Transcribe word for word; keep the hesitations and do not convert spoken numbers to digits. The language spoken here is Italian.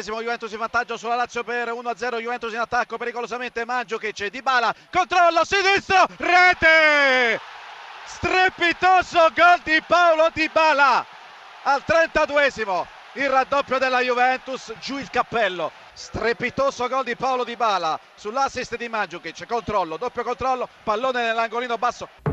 trentadue esimo, Juventus in vantaggio sulla Lazio per uno a zero, Juventus in attacco pericolosamente, Mandžukić, Dybala, controllo sinistro, rete! Strepitoso gol di Paulo Dybala al trentaduesimo, il raddoppio della Juventus, giù il cappello. Strepitoso gol di Paulo Dybala sull'assist di Mandžukić, controllo, doppio controllo, pallone nell'angolino basso.